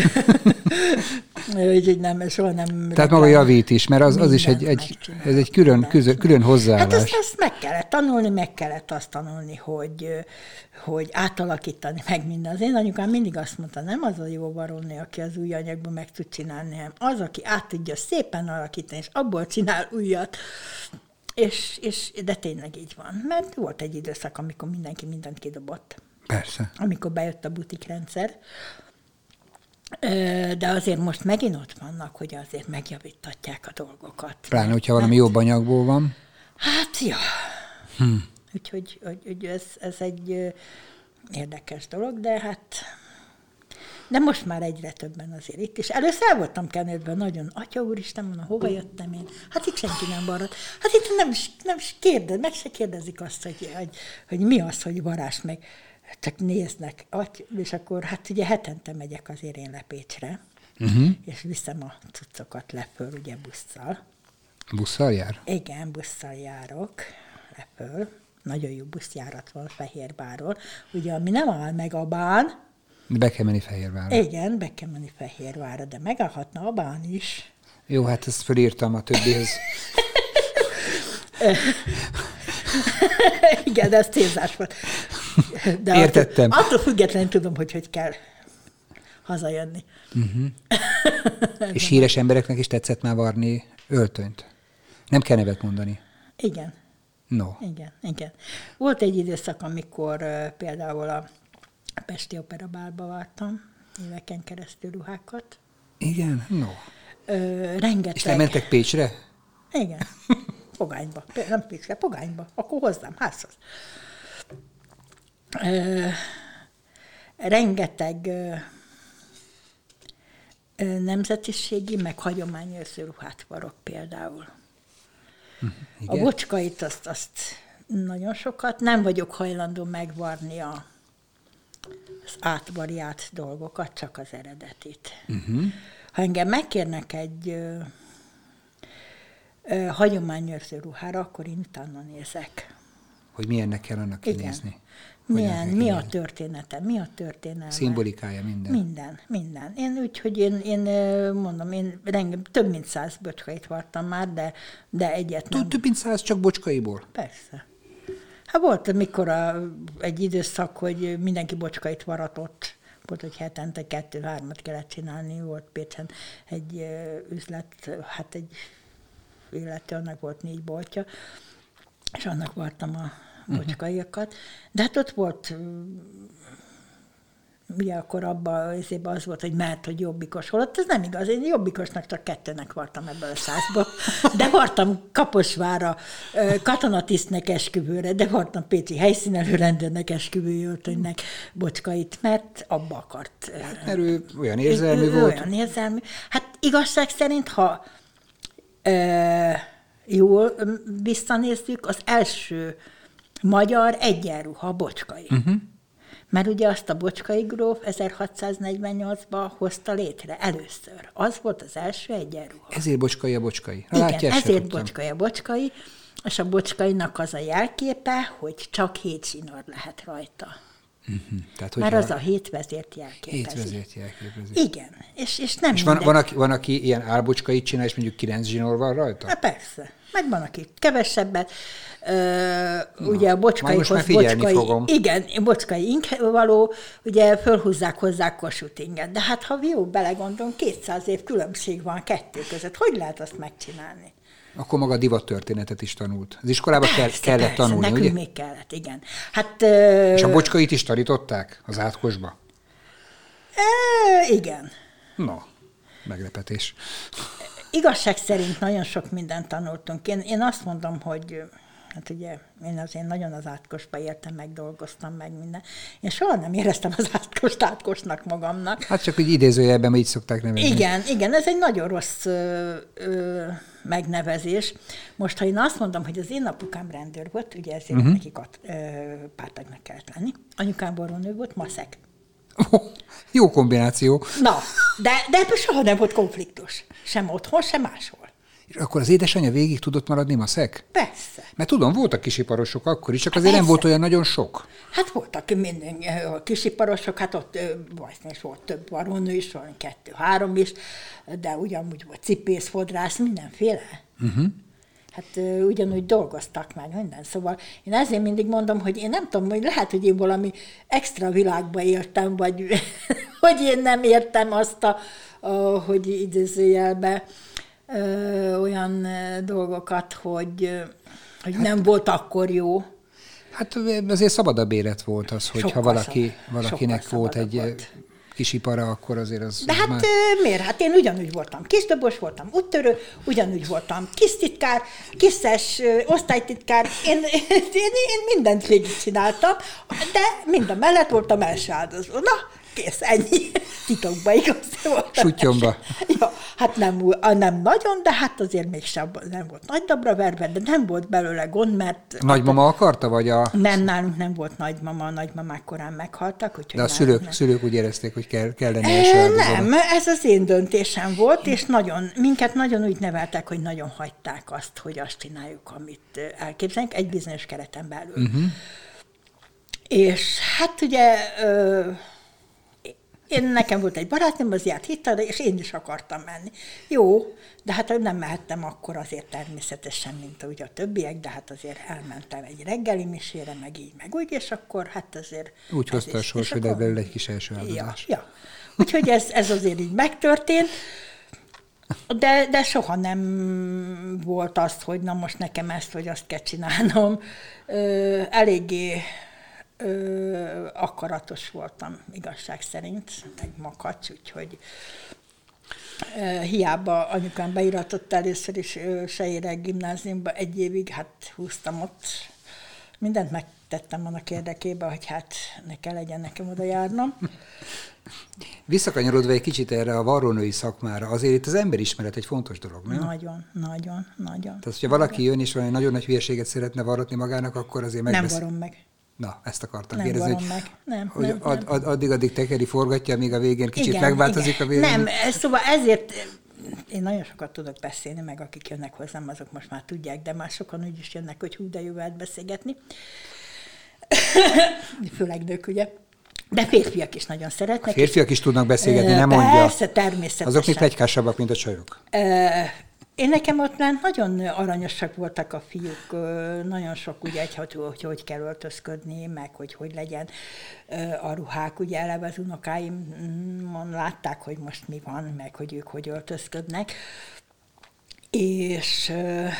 úgyhogy nem, soha nem Tehát reklám. maga javít is, mert az, az is egy, egy, ez egy külön, külön, külön hozzáállás. Hát ezt, ezt meg kellett tanulni, meg kellett azt tanulni, hogy, hogy átalakítani meg minden. Az én anyukám mindig azt mondta, nem az a jó barónő, aki az új anyagban meg tud csinálni, hanem az, aki át tudja szépen alakítani, és abból csinál újat. És, és, de tényleg így van. Mert volt egy időszak, amikor mindenki mindent kidobott. Persze. Amikor bejött a butikrendszer. De azért most megint ott vannak, hogy azért megjavítatják a dolgokat. Pláne, hogyha valami jobb anyagból van. Hát, ja. Hm. Úgyhogy hogy, hogy ez, ez egy érdekes dolog, de hát... De most már egyre többen azért itt is. Először el voltam kenődben nagyon, atya úristen, mondom, hova jöttem én? Hát itt senki nem varrat. Hát itt nem is, nem is kérdez, meg se kérdezik azt, hogy, hogy, hogy mi az, hogy varázs meg. Csak néznek. És akkor hát ugye hetente megyek azért én le Pécsre, uh-huh. és viszem a cuccokat le föl, ugye busszal. Busszal jár? Igen, busszal járok le föl. Nagyon jó buszjárat van Fehérvárról. Ugye, ami nem áll meg a bán, be kell menni Fehérvárra. Igen, be kell menni Fehérvárra, de megállhatna a bán is. Jó, hát ezt fölírtam a többihez. Igen, de ez célzás volt. De értettem. Attól, attól függetlenül tudom, hogy hogy kell hazajönni. Uh-huh. És híres embereknek is tetszett már varni öltönyt? Nem kell nevet mondani. Igen. No. Igen, igen. Volt egy időszak, amikor uh, például a Pesti Operabálba vártam éveken keresztül ruhákat. Igen? No. Ö, rengeteg... És nem mentek Pécsre? Igen. Pogányba. Nem Pécsre, Pogányba. Akkor hozzám házhoz. Ö, rengeteg ö, ö, nemzetiségi, meg hagyományőrző ruhát varok például. Igen? A bocskait azt, azt nagyon sokat. Nem vagyok hajlandó megvarni a az átvariált dolgokat, csak az eredetit. Uh-huh. Ha engem megkérnek egy ö, ö, hagyományőrző ruhára, akkor én utána nézek. Hogy milyennek kell annak kinézni. Milyen, mi a története, mi a történelme. Szimbolikája, minden. Minden, minden. Én úgy, hogy én, én mondom, én rengem, több mint száz bocskait vartam már, de, de egyet nem. Több mint száz csak bocskaiból? Persze. Hát volt, amikor a, egy időszak, hogy mindenki bocskait varatott, volt, hogy hetente kettő-hármat kellett csinálni, volt Pécsen egy uh, üzlet, hát egy illető, annak volt négy boltja, és annak vartam a bocskaiakat. De hát ott volt, ugye akkor abban az volt, hogy mert, hogy jobbikos holott. Ez nem igaz, én jobbikosnak csak kettőnek vartam ebből a százból. De vartam Kaposvárra katonatisztnek esküvőre, de vartam pécsi helyszínelő rendőrnek esküvői öltönynek bocskait, mert abba akart. Hát, mert ő olyan érzelmű ő, volt. Olyan érzelmű. Hát igazság szerint, ha e, jól visszanézzük, az első magyar egyenruha Bocskai. Uh-huh. Mert ugye azt a Bocskai gróf ezerhatszáznegyvennyolcban hozta létre először. Az volt az első egyenruha. Ezért Bocskai a Bocskai. Igen, Látja, ezért Bocskai a Bocskai, és a Bocskainak az a jelképe, hogy csak hét zsinór lehet rajta. Uh-huh. Tehát, mert az a hét vezért jelképezi. Hét vezért jelképezi. Igen, és, és nem és van, van, aki, van, aki ilyen álbocskait csinál, és mondjuk kilenc zsinór van rajta? Na persze. Meg van, aki kevesebbet. Ö, ugye a Bocskaihoz Bocskai, fogom. Igen, Bocskai inkvaló, ugye fölhúzzák hozzá Kossuth inget. De hát, ha jó belegondolom, kétszáz év különbség van kettő között. Hogy lehet azt megcsinálni? Akkor maga divattörténetet is tanult. Az iskolában persze, kellett persze, tanulni, nekünk ugye? még kellett, igen. Hát, ö... És a Bocskait is tanították az átkosba? E, igen. No, meglepetés. Igazság szerint nagyon sok mindent tanultunk. Én, én azt mondom, hogy hát ugye én azért nagyon az átkosba értem, meg dolgoztam, meg minden. Én soha nem éreztem az átkost átkosnak magamnak. Hát csak úgy idézőjelben így szokták nevezni. Igen, igen, ez egy nagyon rossz ö, ö, megnevezés. Most, ha én azt mondom, hogy az én apukám rendőr volt, ugye ezért uh-huh. nekik pártagnak kellett lenni. Anyukám barónő volt, maszek. Oh, jó kombináció. Na, de, de ebből soha nem volt konfliktus. Sem otthon, sem máshol. És akkor az édesanyja végig tudott maradni maszek? Persze. Mert tudom, voltak kisiparosok akkor is, csak azért Persze. nem volt olyan nagyon sok. Hát voltak minden kisiparosok, hát ott is volt több barónő is, volt kettő-három is, de ugyanúgy volt cipész, fodrász, mindenféle. Uh-huh. Hát ugyanúgy dolgoztak meg minden. Szóval én ezért mindig mondom, hogy én nem tudom, hogy lehet, hogy én valami extra világba éltem, vagy hogy én nem értem azt, a, a, hogy idézőjelbe ö, olyan dolgokat, hogy, hogy hát, nem volt akkor jó. Hát azért szabadabb élet volt az, hogyha valaki, valakinek volt egy... Volt. Kisipara, akkor azért az... De hát már... miért? Hát én ugyanúgy voltam kisdobos, voltam úttörő, ugyanúgy voltam kistitkár, kiszes, osztálytitkár, én, én, én mindent végigcsináltam, de mind a mellett voltam első áldozó. Na, kész, ennyi. Titokba igaz voltam. Sutyomba. Ja, hát nem, nem nagyon, de hát azért mégsem nem volt nagy dabra verve, de nem volt belőle gond, mert... Nagymama akarta, vagy a... Nem, nálunk nem volt nagymama, a nagymamák korán meghaltak. De a szülők, szülők úgy érezték, hogy kell, kell lenni első áldozónak. Nem, ez az én döntésem volt, és nagyon, minket nagyon úgy neveltek, hogy nagyon hagyták azt, hogy azt csináljuk, amit elképzelünk, egy bizonyos kereten belül. Uh-huh. És hát ugye... Ö, Én, nekem volt egy barátnőm, az járt hittel, és én is akartam menni. Jó, de hát nem mehettem akkor azért természetesen, mint ugye a többiek, de hát azért elmentem egy reggeli misére, meg így, meg úgy, és akkor hát azért... Úgy hozta a sors, hogy belőle egy kis első áldozás. Ja, ja. Úgyhogy ez, ez azért így megtörtént, de, de soha nem volt az, hogy na most nekem ezt vagy azt kell csinálnom. Ö, eléggé... Ö, akaratos voltam, igazság szerint, meg makacs, úgyhogy ö, hiába anyukám beiratott először is Sejéreg gimnáziumba egy évig, hát húztam ott, mindent megtettem annak érdekében, hogy hát ne kell legyen nekem oda járnom. Visszakanyarodva egy kicsit erre a varrónői szakmára, azért itt az emberismeret egy fontos dolog, nem? Nagyon, nagyon, nagyon. Tehát, hogyha valaki jön és valami nagyon nagy hülyeséget szeretne varratni magának, akkor azért megbesz... Nem varom meg. Na, ezt akartam nem kérdezni, hogy, meg. Nem, hogy nem, ad, nem. ad, addig-addig tekeri, forgatja, míg a végén kicsit igen, megváltozik igen. a vélemény. Nem, szóval ezért én nagyon sokat tudok beszélni, meg akik jönnek hozzám, azok most már tudják, de már sokan úgy is jönnek, hogy hú, de jó lehet beszélgetni. Főleg nők, ugye. De férfiak is nagyon szeretnek. A férfiak is tudnak beszélgetni, nem mondja. Persze, természetesen. Azok még pletykásabbak, mint a csajok. Én nekem ott nagyon aranyosak voltak a fiúk, nagyon sok ugye, hogy hogy, hogy kell öltözködni, meg hogy hogy legyen a ruhák. Ugye eleve az unokáim látták, hogy most mi van, meg hogy ők hogy öltözködnek. És...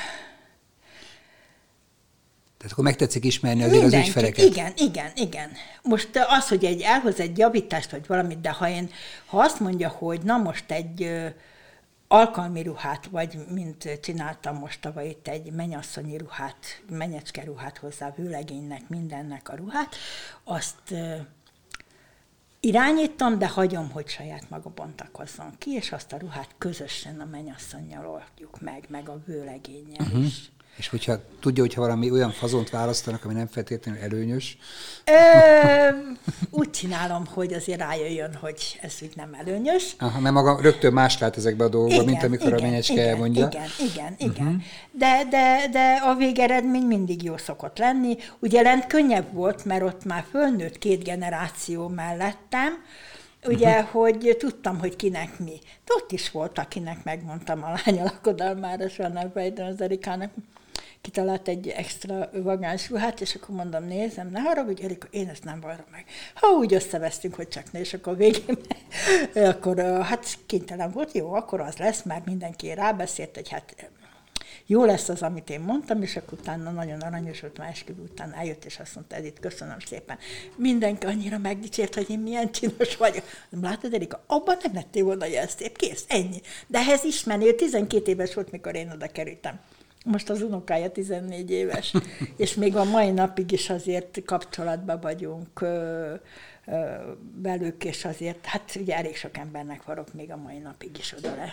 Tehát akkor megtetszik ismerni azért mindenki, az ügyfeleket. Igen, igen, igen. Most az, hogy egy elhoz egy javítást, vagy valamit, de ha én, ha azt mondja, hogy na most egy alkalmi ruhát, vagy mint csináltam most tavaly itt egy mennyasszonyi ruhát, menyecske ruhát hozzá, vőlegénynek, mindennek a ruhát, azt uh, irányítom, de hagyom, hogy saját maga bontakozzon ki, és azt a ruhát közösen a mennyasszonnyal oldjuk meg, meg a vőlegénnyel uh-huh. is. És hogyha tudja, hogyha valami olyan fazont választanak, ami nem feltétlenül előnyös? Ö, úgy csinálom, hogy azért rájöjjön, hogy ez úgy nem előnyös. Aha, mert maga rögtön más lát ezekbe a dolgokba, mint amikor igen, a menyecske elmondja. Igen, igen, igen. Uh-huh. De, de, de a végeredmény mindig jó szokott lenni. Ugye lent könnyebb volt, mert ott már fölnőtt két generáció mellettem, ugye, uh-huh. hogy tudtam, hogy kinek mi. De ott is volt, akinek megmondtam a lány lakodalmára, soha nem fejtem az Erikának, kitalált egy extra vagáns ruhát, és akkor mondom, nézem, ne haragudj, Erika, én ezt nem varrom meg. Ha úgy összevesztünk, hogy csak ne, és akkor végén, akkor hát kénytelen volt, jó, akkor az lesz, már mindenki rábeszélt, hogy hát jó lesz az, amit én mondtam, és akkor utána nagyon aranyos volt, már esküvő után eljött, és azt mondta, Edith, köszönöm szépen. Mindenki annyira megdicsért, hogy én milyen csinos vagyok. Látod, Erika, abban nem lettél volna ilyen szép, kész, ennyi. De ehhez ismerni, ő tizenkét éves volt, mikor én oda kerültem. Most az unokája tizennégy éves, és még a mai napig is azért kapcsolatban vagyunk ö, ö, velük, és azért, hát ugye elég sok embernek varok még a mai napig is oda le.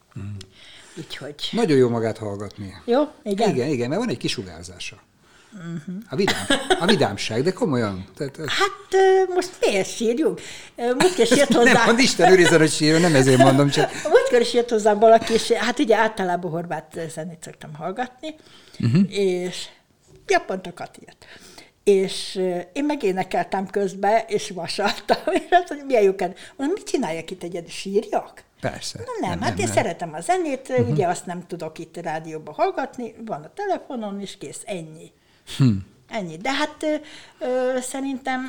Mm. Úgyhogy... Nagyon jó magát hallgatni. Jó? Igen? Igen, igen, mert van egy kisugárzása. Uh-huh. A, vidám, a vidámság, de komolyan. Tehát, hát most miért sírjuk? Múltkor sírt hozzá... Nem, mond Isten őrizzen, hogy sírjon, nem ezért mondom csak. Múltkor sírt hozzám valaki, és hát ugye általában horvát zenét szoktam hallgatni, uh-huh. és ja, pont a Kati jött. És én meg énekeltem közben, és vasaltam, és azt mondja, milyen jóken. Mondom, mit csináljak itt egyedül, sírjak? Persze. Na nem, nem, hát nem, én nem. szeretem a zenét, uh-huh. ugye azt nem tudok itt rádióban hallgatni, van a telefonon, és kész, ennyi. Hm. Ennyi. De hát ö, ö, szerintem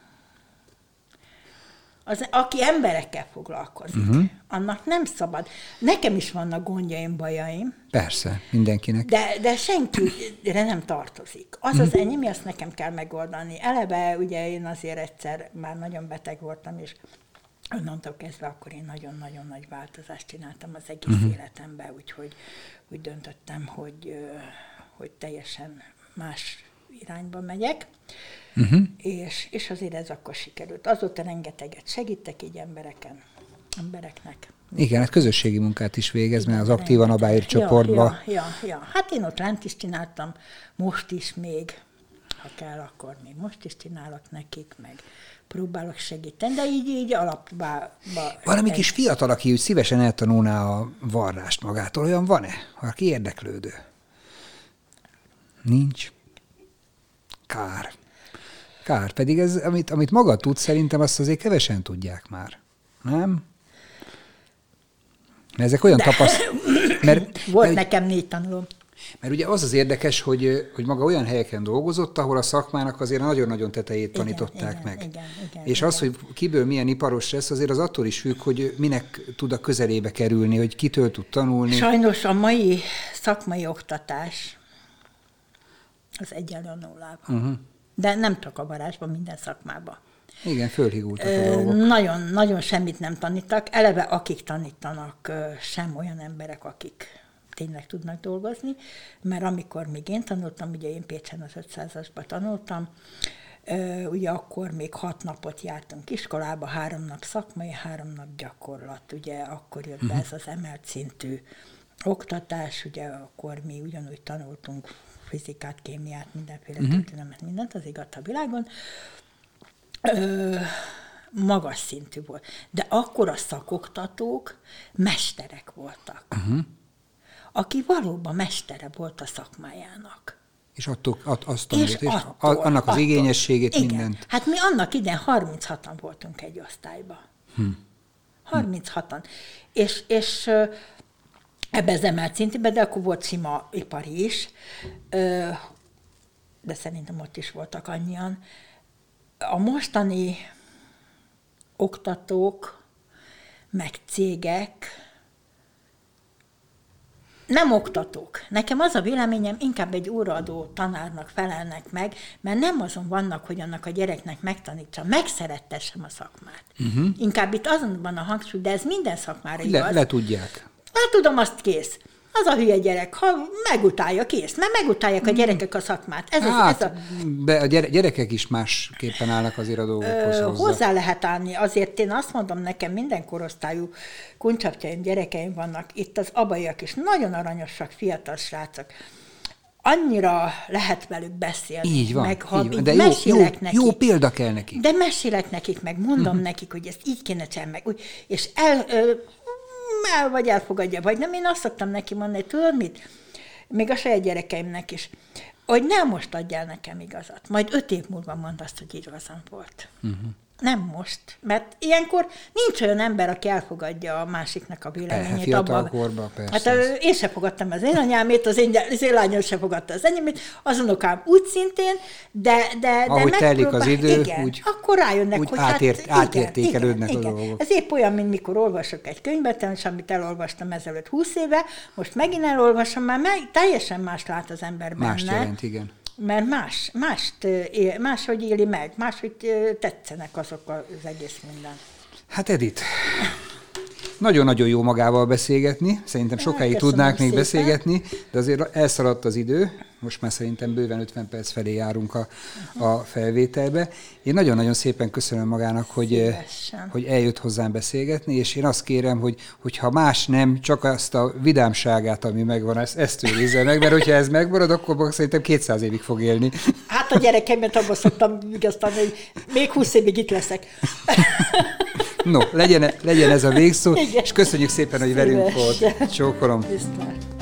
az, aki emberekkel foglalkozik, uh-huh. annak nem szabad. Nekem is vannak gondjaim, bajaim. Persze, mindenkinek. De, de senkire nem tartozik. Az az enyém, azt nekem kell megoldani. Eleve ugye én azért egyszer már nagyon beteg voltam, és onnantól kezdve akkor én nagyon-nagyon nagy változást csináltam az egész uh-huh. életemben, úgyhogy úgy döntöttem, hogy, hogy teljesen más irányba megyek, uh-huh. és, és azért ez akkor sikerült. Azóta rengeteget segítek így embereken, embereknek. Igen, hát közösségi munkát is végez, mert az aktívan Abáért csoportba. Ja, ja, ja. Hát én ott lent is csináltam, most is még, ha kell, akkor még most is csinálok nekik, meg próbálok segíteni, de így, így alapba... Valami kis fiatal, aki úgy szívesen eltanulná a varrást magától, olyan van-e? Aki érdeklődő? Nincs. Kár. Kár. Pedig ez, amit, amit maga tud, szerintem azt azért kevesen tudják már. Nem? Mert ezek olyan tapasztalatok... Volt mert, nekem négy tanulóm. Mert ugye az az érdekes, hogy, hogy maga olyan helyeken dolgozott, ahol a szakmának azért nagyon-nagyon tetejét igen, tanították igen, meg. Igen, igen, és igen. az, hogy kiből milyen iparos lesz, azért az attól is függ, hogy minek tud a közelébe kerülni, hogy kitől tud tanulni. Sajnos a mai szakmai oktatás az egyenlő nullában. Uh-huh. De nem csak a varázsban, minden szakmában. Igen, fölhigultak a dolgok. Nagyon, nagyon semmit nem tanítak. Eleve akik tanítanak, sem olyan emberek, akik tényleg tudnak dolgozni, mert amikor még én tanultam, ugye én Pécsen az ötszázasban tanultam, ugye akkor még hat napot jártunk iskolába, három nap szakmai, három nap gyakorlat, ugye akkor jött be ez az emelt szintű oktatás, ugye akkor mi ugyanúgy tanultunk fizikát, kémiát, mindenféle uh-huh. történelmet, mindent az igaz a világon, Ö, magas szintű volt. De akkor a szakoktatók mesterek voltak. Uh-huh. Aki valóban mestere volt a szakmájának. És attól, att, azt tanult, és, és attól, annak az attól. igényességét, igen. mindent. Hát mi annak idején harminchatan voltunk egy osztályban. Hm. harminchatan. Hm. És, és ebbe az emelt szintűben, de akkor volt sima ipari is, de szerintem ott is voltak annyian. A mostani oktatók, meg cégek nem oktatók. Nekem az a véleményem, inkább egy óraadó tanárnak felelnek meg, mert nem azon vannak, hogy annak a gyereknek megtanítsa, megszerettessem a szakmát. Uh-huh. Inkább itt azon van a hangsúly, de ez minden szakmára igaz. Le, le tudják. Hát tudom, azt kész. Az a hülye gyerek, ha megutálja, kész, mert megutálják a gyerekek a szakmát. Ez hát, az, ez a... be a gyerekek is másképpen állnak azért a dolgokhoz hozzá. Hozzá lehet állni. Azért én azt mondom, nekem minden korosztályú kuncsapjaim, gyerekeim vannak. Itt az abaiak is nagyon aranyosak, fiatal srácok. Annyira lehet velük beszélni. Így van, meg, ha így van. De jó, jó, nekik, jó példa kell nekik. De mesélek nekik, meg mondom uh-huh. nekik, hogy ezt így kéne csinálni, meg úgy, és el... Ö, el vagy elfogadja, vagy nem. Én azt szoktam neki mondani, tudod mit? Még a saját gyerekeimnek is, hogy nem most adjál nekem igazat. Majd öt év múlva mondd azt, hogy igazam volt. Uh-huh. Nem most. Mert ilyenkor nincs olyan ember, aki elfogadja a másiknak a véleményét. Fiatal korban, persze. Hát én se fogadtam az én anyámét, az én, az én lányom se fogadta az enyémét, az unokám úgy szintén, de, de, ahogy de telik az idő, igen, úgy, akkor rájönnek, úgy hogy átért, hát, átértékelődnek igen, a igen, dolgok. igen. Ez épp olyan, mint mikor olvasok egy könyvet, és amit elolvastam ezelőtt húsz éve, most megint elolvasom, már meg, teljesen más lát az ember benne. Mást jelent, igen. Mert más, mást, máshogy éli meg, máshogy tetszenek azok az egész minden. Hát Edith, Nagyon-nagyon jó magával beszélgetni, szerintem sokáig ja, tudnánk még szépen. beszélgetni, de azért elszaladt az idő, most már szerintem bőven ötven perc felé járunk a, a felvételbe. Én nagyon-nagyon szépen köszönöm magának, hogy, hogy eljött hozzám beszélgetni, és én azt kérem, hogy hogyha más nem, csak azt a vidámságát, ami megvan, ezt, ezt őrizze meg, mert hogyha ez megmarad, akkor szerintem kétszáz évig fog élni. Hát a gyerekeimet abban szoktam vigasztani, hogy még húsz évig itt leszek. No, legyen, legyen ez a végszó, igen. És köszönjük szépen, hogy velünk volt. Csókolom. Viszlát.